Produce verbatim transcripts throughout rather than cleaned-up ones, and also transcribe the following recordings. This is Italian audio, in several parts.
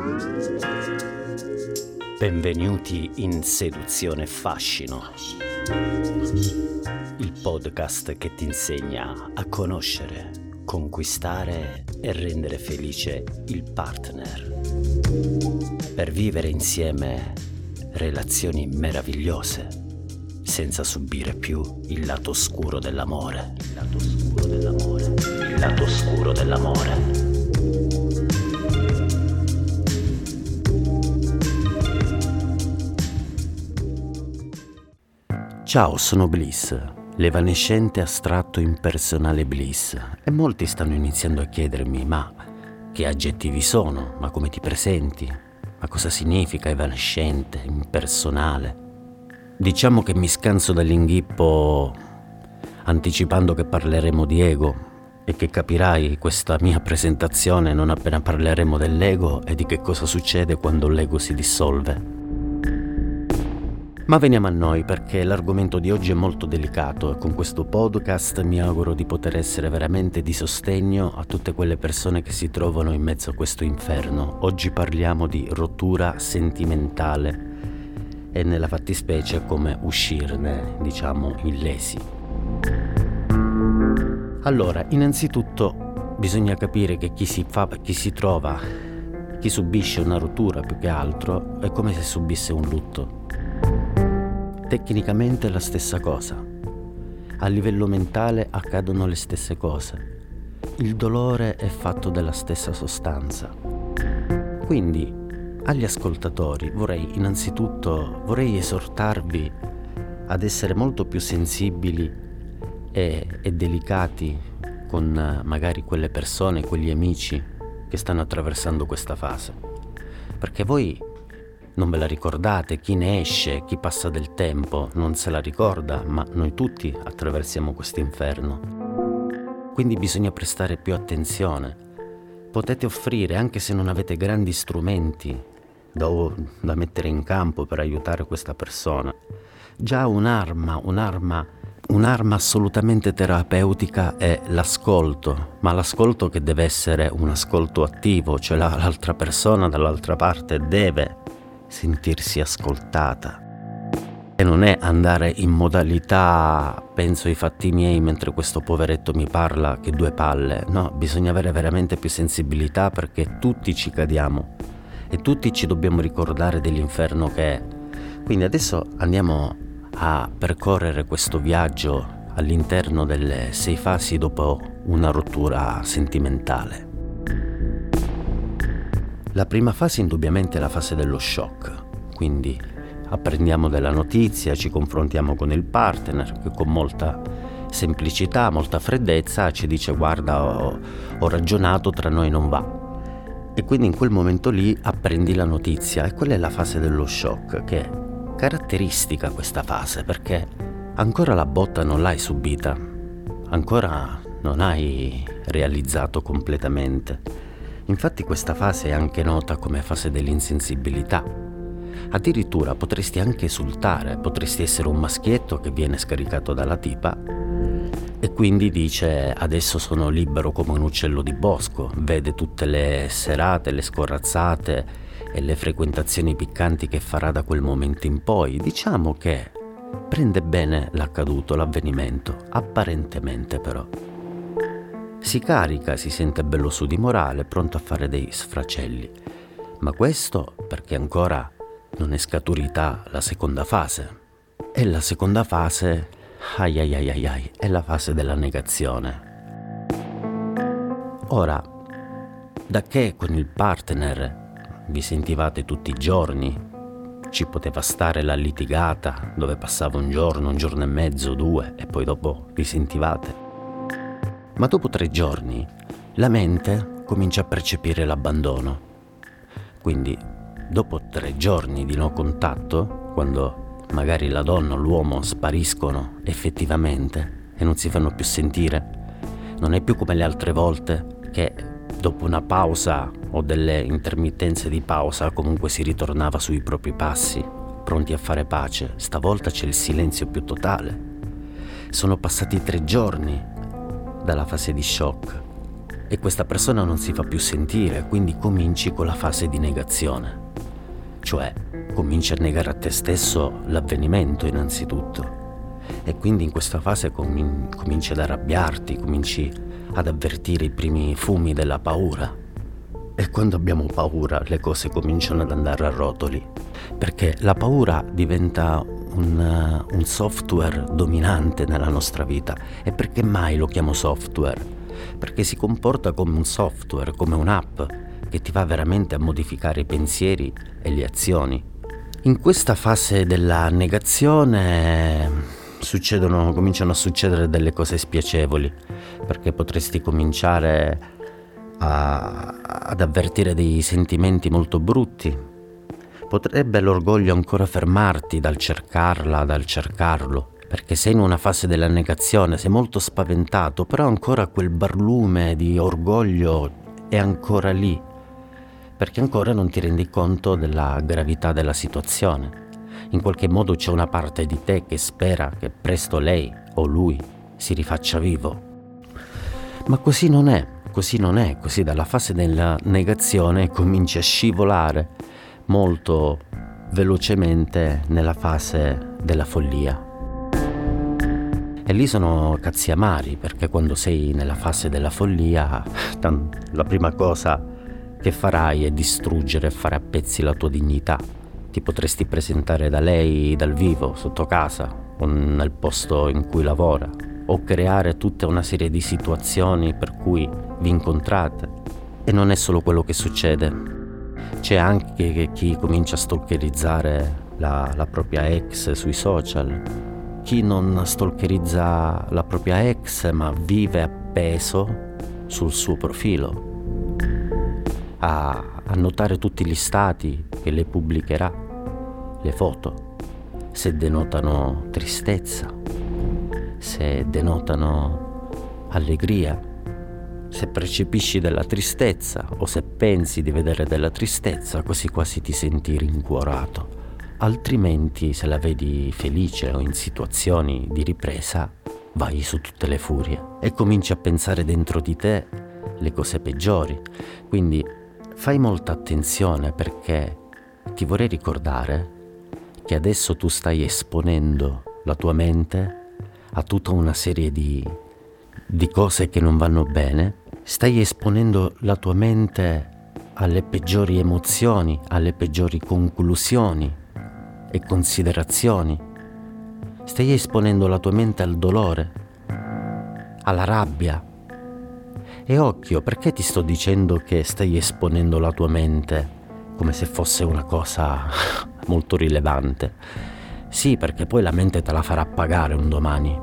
Benvenuti in Seduzione e Fascino, il podcast che ti insegna a conoscere, conquistare e rendere felice il partner, per vivere insieme relazioni meravigliose, senza subire più il lato oscuro dell'amore. Il lato oscuro dell'amore. Il lato oscuro dell'amore. Ciao, sono Bliss, l'evanescente astratto impersonale Bliss, e molti stanno iniziando a chiedermi: ma che aggettivi sono? Ma come ti presenti? Ma cosa significa evanescente, impersonale? Diciamo che mi scanso dall'inghippo anticipando che parleremo di ego e che capirai questa mia presentazione non appena parleremo dell'ego e di che cosa succede quando l'ego si dissolve. Ma veniamo a noi, perché l'argomento di oggi è molto delicato e con questo podcast mi auguro di poter essere veramente di sostegno a tutte quelle persone che si trovano in mezzo a questo inferno. Oggi parliamo di rottura sentimentale e nella fattispecie come uscirne, diciamo, illesi. Allora, innanzitutto bisogna capire che chi si fa, chi si trova, chi subisce una rottura più che altro è come se subisse un lutto. Tecnicamente è la stessa cosa. A livello mentale accadono le stesse cose. Il dolore è fatto della stessa sostanza. Quindi, agli ascoltatori vorrei innanzitutto vorrei esortarvi ad essere molto più sensibili e, e delicati con magari quelle persone, quegli amici che stanno attraversando questa fase. Perché voi non ve la ricordate, chi ne esce, chi passa del tempo non se la ricorda, ma noi tutti attraversiamo questo inferno. Quindi bisogna prestare più attenzione. Potete offrire, anche se non avete grandi strumenti da, da mettere in campo per aiutare questa persona, già un'arma, un'arma, un'arma assolutamente terapeutica è l'ascolto, ma l'ascolto che deve essere un ascolto attivo, cioè la, l'altra persona dall'altra parte deve sentirsi ascoltata e non è andare in modalità penso ai fatti miei mentre questo poveretto mi parla, che due palle. No, bisogna avere veramente più sensibilità, perché tutti ci cadiamo e tutti ci dobbiamo ricordare dell'inferno che è. Quindi adesso andiamo a percorrere questo viaggio all'interno delle sei fasi dopo una rottura sentimentale. La prima fase indubbiamente è la fase dello shock, quindi apprendiamo della notizia, ci confrontiamo con il partner che con molta semplicità, molta freddezza ci dice: guarda, ho, ho ragionato, tra noi non va. E quindi in quel momento lì apprendi la notizia, e quella è la fase dello shock, che è caratteristica questa fase, perché ancora la botta non l'hai subita, ancora non hai realizzato completamente. Infatti questa fase è anche nota come fase dell'insensibilità. Addirittura potresti anche esultare, potresti essere un maschietto che viene scaricato dalla tipa e quindi dice: adesso sono libero come un uccello di bosco, vede tutte le serate, le scorazzate e le frequentazioni piccanti che farà da quel momento in poi. Diciamo che prende bene l'accaduto, l'avvenimento, apparentemente però. Si carica, si sente bello su di morale, pronto a fare dei sfracelli. Ma questo perché ancora non è scaturita la seconda fase. E la seconda fase, ai ai ai ai ai, è la fase della negazione. Ora, da che con il partner vi sentivate tutti i giorni, ci poteva stare la litigata, dove passava un giorno, un giorno e mezzo, due, e poi dopo vi sentivate. Ma dopo tre giorni la mente comincia a percepire l'abbandono. Quindi dopo tre giorni di no contatto, quando magari la donna o l'uomo spariscono effettivamente e non si fanno più sentire, non è più come le altre volte che dopo una pausa o delle intermittenze di pausa comunque si ritornava sui propri passi, pronti a fare pace. Stavolta c'è il silenzio più totale. Sono passati tre giorni dalla fase di shock e questa persona non si fa più sentire, quindi cominci con la fase di negazione, cioè cominci a negare a te stesso l'avvenimento innanzitutto, e quindi in questa fase comin- cominci ad arrabbiarti, cominci ad avvertire i primi fumi della paura, e quando abbiamo paura le cose cominciano ad andare a rotoli, perché la paura diventa un, un software dominante nella nostra vita. E perché mai lo chiamo software? Perché si comporta come un software, come un'app che ti va veramente a modificare i pensieri e le azioni. In questa fase della negazione succedono, cominciano a succedere delle cose spiacevoli, perché potresti cominciare a, ad avvertire dei sentimenti molto brutti. Potrebbe l'orgoglio ancora fermarti dal cercarla, dal cercarlo, perché sei in una fase della negazione, sei molto spaventato, però ancora quel barlume di orgoglio è ancora lì, perché ancora non ti rendi conto della gravità della situazione. In qualche modo c'è una parte di te che spera che presto lei o lui si rifaccia vivo. Ma così non è, così non è, così dalla fase della negazione cominci a scivolare molto velocemente nella fase della follia. E lì sono cazzi amari, perché quando sei nella fase della follia, la prima cosa che farai è distruggere e fare a pezzi la tua dignità. Ti potresti presentare da lei dal vivo, sotto casa, o nel posto in cui lavora, o creare tutta una serie di situazioni per cui vi incontrate. E non è solo quello che succede. C'è anche chi comincia a stalkerizzare la, la propria ex sui social, chi non stalkerizza la propria ex ma vive appeso sul suo profilo, a, a notare tutti gli stati che lei pubblicherà, le foto, se denotano tristezza, se denotano allegria, se percepisci della tristezza o se pensi di vedere della tristezza, quasi quasi ti senti rincuorato. Altrimenti, se la vedi felice o in situazioni di ripresa, vai su tutte le furie e cominci a pensare dentro di te le cose peggiori. Quindi fai molta attenzione, perché ti vorrei ricordare che adesso tu stai esponendo la tua mente a tutta una serie di, di cose che non vanno bene. Stai esponendo la tua mente alle peggiori emozioni, alle peggiori conclusioni e considerazioni. Stai esponendo la tua mente al dolore, alla rabbia. E occhio, perché ti sto dicendo che stai esponendo la tua mente come se fosse una cosa molto rilevante? Sì, perché poi la mente te la farà pagare un domani.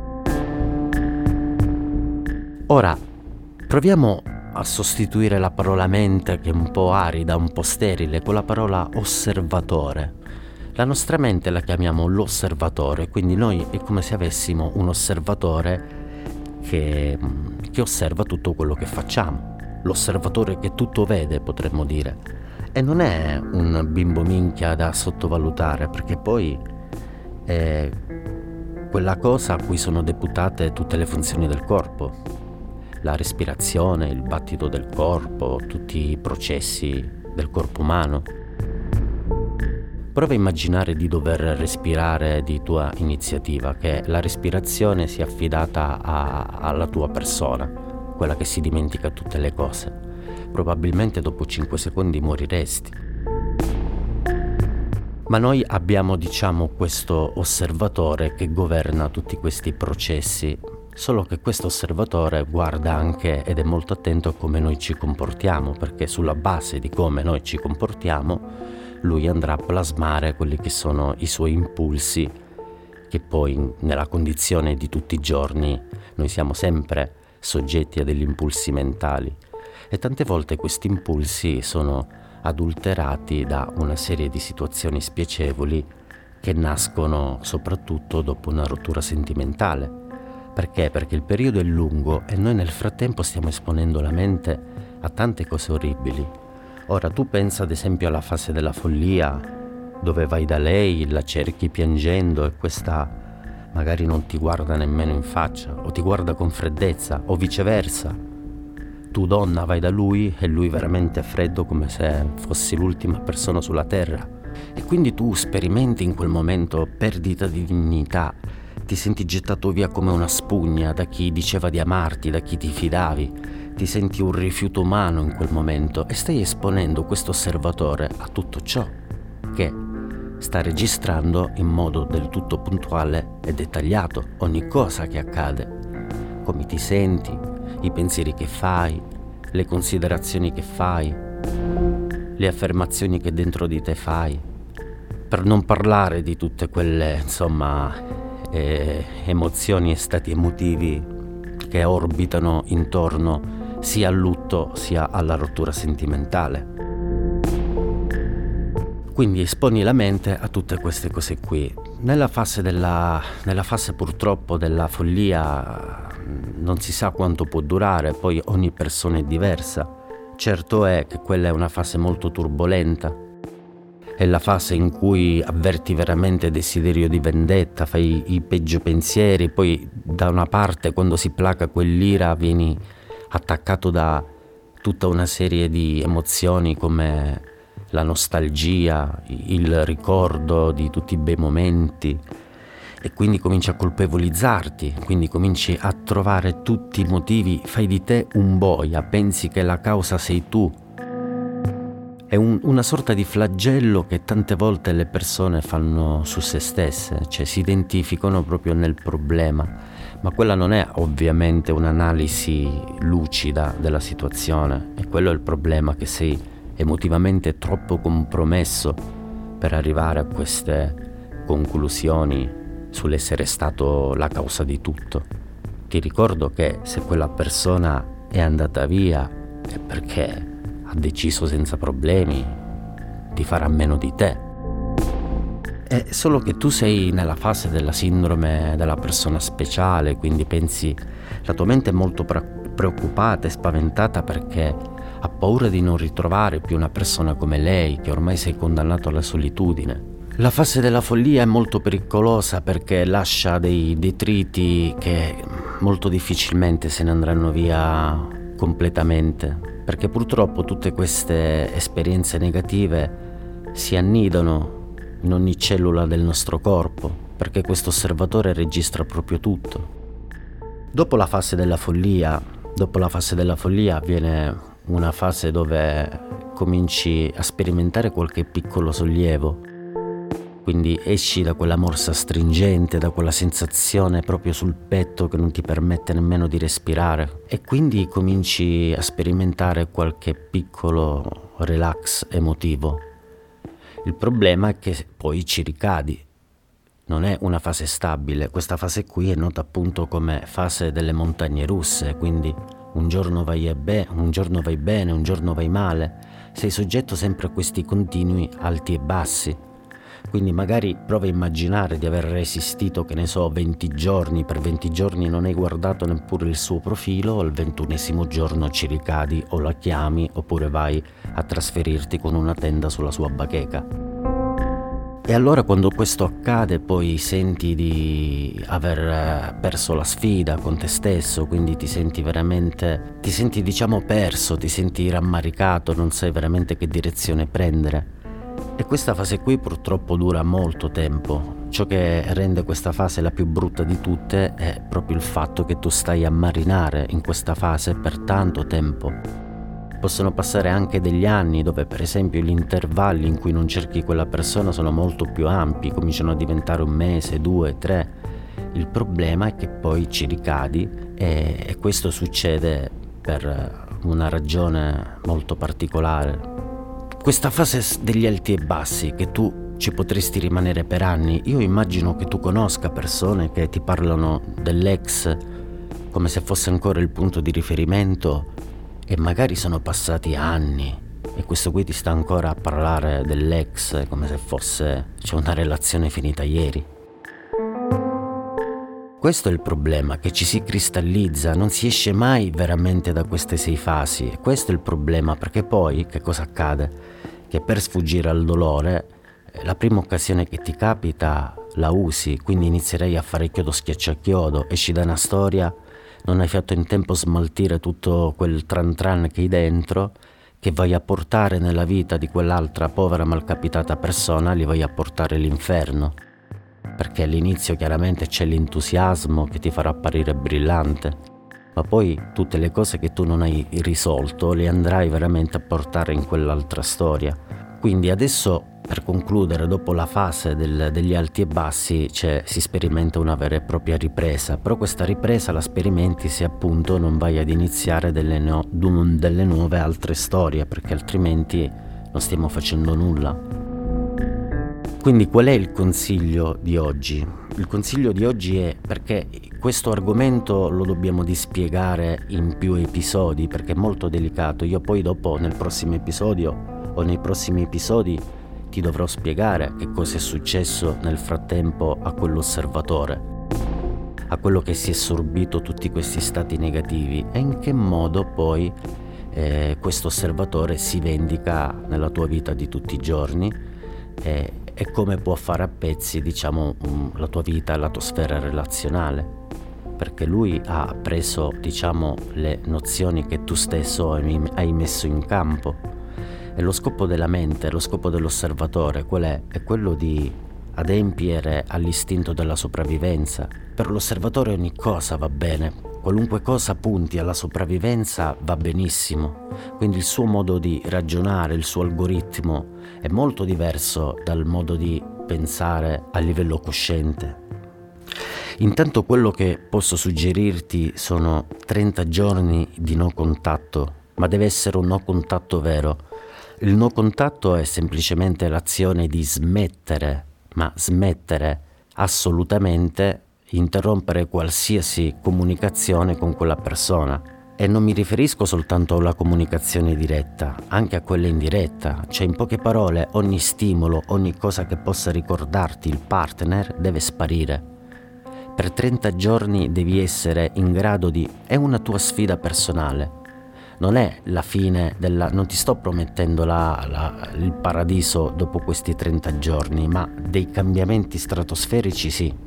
Ora, proviamo a sostituire la parola mente, che è un po' arida, un po' sterile, con la parola osservatore. La nostra mente la chiamiamo l'osservatore, quindi noi è come se avessimo un osservatore che, che osserva tutto quello che facciamo. L'osservatore che tutto vede, potremmo dire. E non è un bimbo minchia da sottovalutare, perché poi è quella cosa a cui sono deputate tutte le funzioni del corpo. La respirazione, il battito del corpo, tutti i processi del corpo umano. Prova a immaginare di dover respirare di tua iniziativa, che la respirazione sia affidata a, alla tua persona, quella che si dimentica tutte le cose. Probabilmente dopo cinque secondi moriresti. Ma noi abbiamo, diciamo, questo osservatore che governa tutti questi processi. Solo che questo osservatore guarda anche ed è molto attento a come noi ci comportiamo, perché sulla base di come noi ci comportiamo lui andrà a plasmare quelli che sono i suoi impulsi, che poi nella condizione di tutti i giorni noi siamo sempre soggetti a degli impulsi mentali, e tante volte questi impulsi sono adulterati da una serie di situazioni spiacevoli che nascono soprattutto dopo una rottura sentimentale. Perché? Perché il periodo è lungo e noi nel frattempo stiamo esponendo la mente a tante cose orribili. Ora tu pensa ad esempio alla fase della follia, dove vai da lei, la cerchi piangendo e questa magari non ti guarda nemmeno in faccia, o ti guarda con freddezza, o viceversa. Tu donna vai da lui e lui veramente freddo come se fossi l'ultima persona sulla terra. E quindi tu sperimenti in quel momento perdita di dignità, ti senti gettato via come una spugna da chi diceva di amarti, da chi ti fidavi, ti senti un rifiuto umano in quel momento e stai esponendo questo osservatore a tutto ciò che sta registrando in modo del tutto puntuale e dettagliato ogni cosa che accade, come ti senti, i pensieri che fai, le considerazioni che fai, le affermazioni che dentro di te fai, per non parlare di tutte quelle, insomma, eh, emozioni e stati emotivi che orbitano intorno sia al lutto sia alla rottura sentimentale. Quindi esponi la mente a tutte queste cose qui. Nella fase della, nella fase purtroppo della follia non si sa quanto può durare, poi ogni persona è diversa. Certo è che quella è una fase molto turbolenta, è la fase in cui avverti veramente desiderio di vendetta, fai i peggio pensieri, poi da una parte quando si placa quell'ira vieni attaccato da tutta una serie di emozioni come la nostalgia, il ricordo di tutti i bei momenti, e quindi cominci a colpevolizzarti, quindi cominci a trovare tutti i motivi, fai di te un boia, pensi che la causa sei tu. È un, una sorta di flagello che tante volte le persone fanno su se stesse, cioè si identificano proprio nel problema, ma quella non è ovviamente un'analisi lucida della situazione, e quello è il problema, che sei emotivamente troppo compromesso per arrivare a queste conclusioni sull'essere stato la causa di tutto. Ti ricordo che se quella persona è andata via è perché ha deciso senza problemi di fare a meno di te. È solo che tu sei nella fase della sindrome della persona speciale, quindi pensi, la tua mente è molto preoccupata e spaventata perché ha paura di non ritrovare più una persona come lei, che ormai sei condannato alla solitudine. La fase della follia è molto pericolosa perché lascia dei detriti che molto difficilmente se ne andranno via completamente, perché purtroppo tutte queste esperienze negative si annidano in ogni cellula del nostro corpo, perché questo osservatore registra proprio tutto. Dopo la fase della follia, dopo la fase della follia avviene una fase dove cominci a sperimentare qualche piccolo sollievo, quindi esci da quella morsa stringente, da quella sensazione proprio sul petto che non ti permette nemmeno di respirare, e quindi cominci a sperimentare qualche piccolo relax emotivo. Il problema è che poi ci ricadi, non è una fase stabile. Questa fase qui è nota appunto come fase delle montagne russe, quindi un giorno vai be- un giorno vai bene, un giorno vai male, sei soggetto sempre a questi continui alti e bassi. Quindi magari prova a immaginare di aver resistito, che ne so, venti giorni, per venti giorni non hai guardato neppure il suo profilo, al ventunesimo giorno ci ricadi o la chiami oppure vai a trasferirti con una tenda sulla sua bacheca. E allora quando questo accade poi senti di aver perso la sfida con te stesso, quindi ti senti veramente, ti senti diciamo perso, ti senti rammaricato, non sai veramente che direzione prendere. E questa fase qui purtroppo dura molto tempo. Ciò che rende questa fase la più brutta di tutte è proprio il fatto che tu stai a marinare in questa fase per tanto tempo. Possono passare anche degli anni dove per esempio gli intervalli in cui non cerchi quella persona sono molto più ampi, cominciano a diventare un mese, due, tre. Il problema è che poi ci ricadi e, e questo succede per una ragione molto particolare. Questa fase degli alti e bassi, che tu ci potresti rimanere per anni, io immagino che tu conosca persone che ti parlano dell'ex come se fosse ancora il punto di riferimento e magari sono passati anni e questo qui ti sta ancora a parlare dell'ex come se fosse cioè, una relazione finita ieri. Questo è il problema, che ci si cristallizza, non si esce mai veramente da queste sei fasi. E questo è il problema, perché poi che cosa accade? Che per sfuggire al dolore, la prima occasione che ti capita la usi, quindi inizierei a fare chiodo schiaccia chiodo, esci da una storia, non hai fatto in tempo a smaltire tutto quel tran tran che hai dentro, che vai a portare nella vita di quell'altra povera malcapitata persona, li vai a portare l'inferno. Perché all'inizio chiaramente c'è l'entusiasmo che ti farà apparire brillante, ma poi tutte le cose che tu non hai risolto le andrai veramente a portare in quell'altra storia. Quindi adesso, per concludere, dopo la fase del, degli alti e bassi, cioè, si sperimenta una vera e propria ripresa, però questa ripresa la sperimenti se appunto non vai ad iniziare delle, no, delle nuove altre storie, perché altrimenti non stiamo facendo nulla. Quindi qual è il consiglio di oggi? Il consiglio di oggi è, perché questo argomento lo dobbiamo dispiegare in più episodi, perché è molto delicato. Io poi dopo nel prossimo episodio o nei prossimi episodi ti dovrò spiegare che cosa è successo nel frattempo a quell'osservatore, a quello che si è sorbito tutti questi stati negativi, e in che modo poi eh, questo osservatore si vendica nella tua vita di tutti i giorni, eh, e come può fare a pezzi, diciamo, um, la tua vita e la tua sfera relazionale, perché lui ha preso, diciamo, le nozioni che tu stesso hai messo in campo. E lo scopo della mente, lo scopo dell'osservatore qual è? È quello di adempiere all'istinto della sopravvivenza. Per l'osservatore ogni cosa va bene, qualunque cosa punti alla sopravvivenza va benissimo, quindi il suo modo di ragionare, il suo algoritmo è molto diverso dal modo di pensare a livello cosciente. Intanto quello che posso suggerirti sono trenta giorni di no contatto, ma deve essere un no contatto vero. Il no contatto è semplicemente l'azione di smettere, ma smettere assolutamente, interrompere qualsiasi comunicazione con quella persona. E non mi riferisco soltanto alla comunicazione diretta, anche a quella indiretta. Cioè, in poche parole, ogni stimolo, ogni cosa che possa ricordarti il partner deve sparire. Per trenta giorni devi essere in grado di... è una tua sfida personale. Non è la fine della... non ti sto promettendo la, la, il paradiso dopo questi trenta giorni, ma dei cambiamenti stratosferici sì.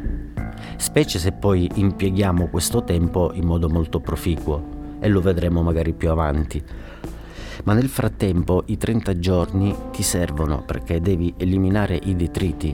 Specie se poi impieghiamo questo tempo in modo molto proficuo, e lo vedremo magari più avanti. Ma nel frattempo i trenta giorni ti servono perché devi eliminare i detriti.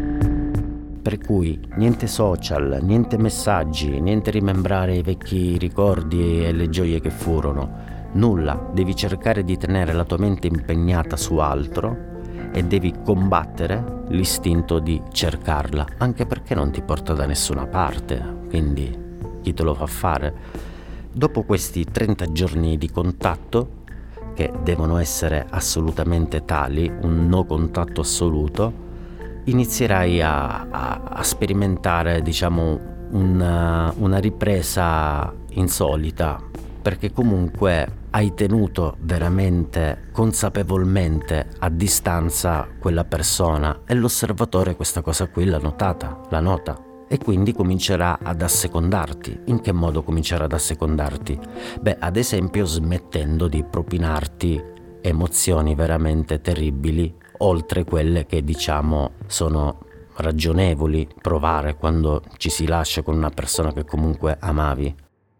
Per cui niente social, niente messaggi, niente rimembrare i vecchi ricordi e le gioie che furono. Nulla, devi cercare di tenere la tua mente impegnata su altro e devi combattere l'istinto di cercarla, anche perché non ti porta da nessuna parte, quindi chi te lo fa fare? Dopo questi trenta giorni di contatto, che devono essere assolutamente tali, un no contatto assoluto, inizierai a, a, a sperimentare, diciamo, una, una ripresa insolita, perché comunque hai tenuto veramente consapevolmente a distanza quella persona, e l'osservatore questa cosa qui l'ha notata, la nota, e quindi comincerà ad assecondarti. In che modo comincerà ad assecondarti? Beh, ad esempio smettendo di propinarti emozioni veramente terribili, oltre quelle che, diciamo, sono ragionevoli provare quando ci si lascia con una persona che comunque amavi.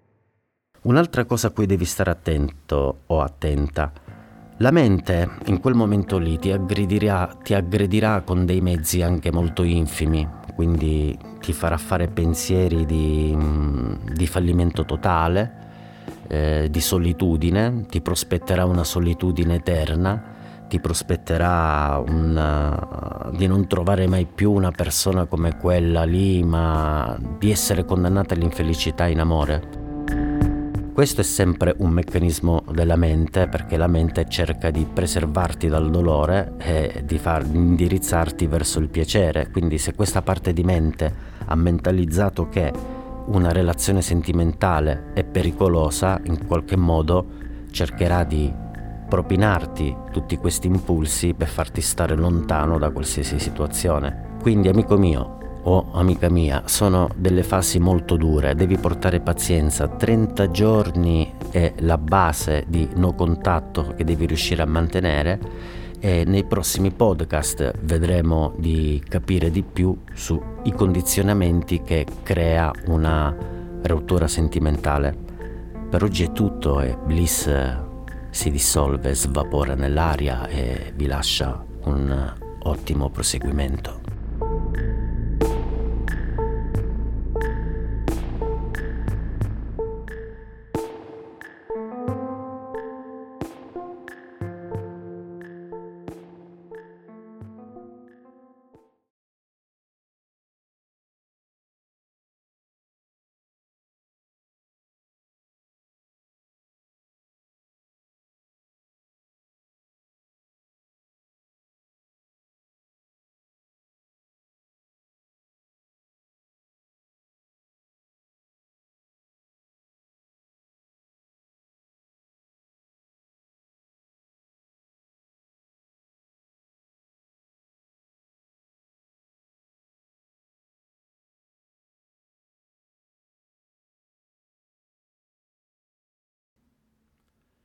Un'altra cosa a cui devi stare attento o attenta: la mente in quel momento lì ti aggredirà, ti aggredirà con dei mezzi anche molto infimi, quindi ti farà fare pensieri di, di fallimento totale, eh, di solitudine, ti prospetterà una solitudine eterna, ti prospetterà una, di non trovare mai più una persona come quella lì, ma di essere condannata all'infelicità in amore. Questo è sempre un meccanismo della mente, perché la mente cerca di preservarti dal dolore e di far indirizzarti verso il piacere. Quindi se questa parte di mente ha mentalizzato che una relazione sentimentale è pericolosa, in qualche modo cercherà di propinarti tutti questi impulsi per farti stare lontano da qualsiasi situazione. Quindi, amico mio o amica mia, sono delle fasi molto dure, devi portare pazienza. trenta giorni è la base di no contatto che devi riuscire a mantenere, e nei prossimi podcast vedremo di capire di più sui condizionamenti che crea una rottura sentimentale. Per oggi è tutto e Bliss si dissolve, svapora nell'aria e vi lascia un ottimo proseguimento.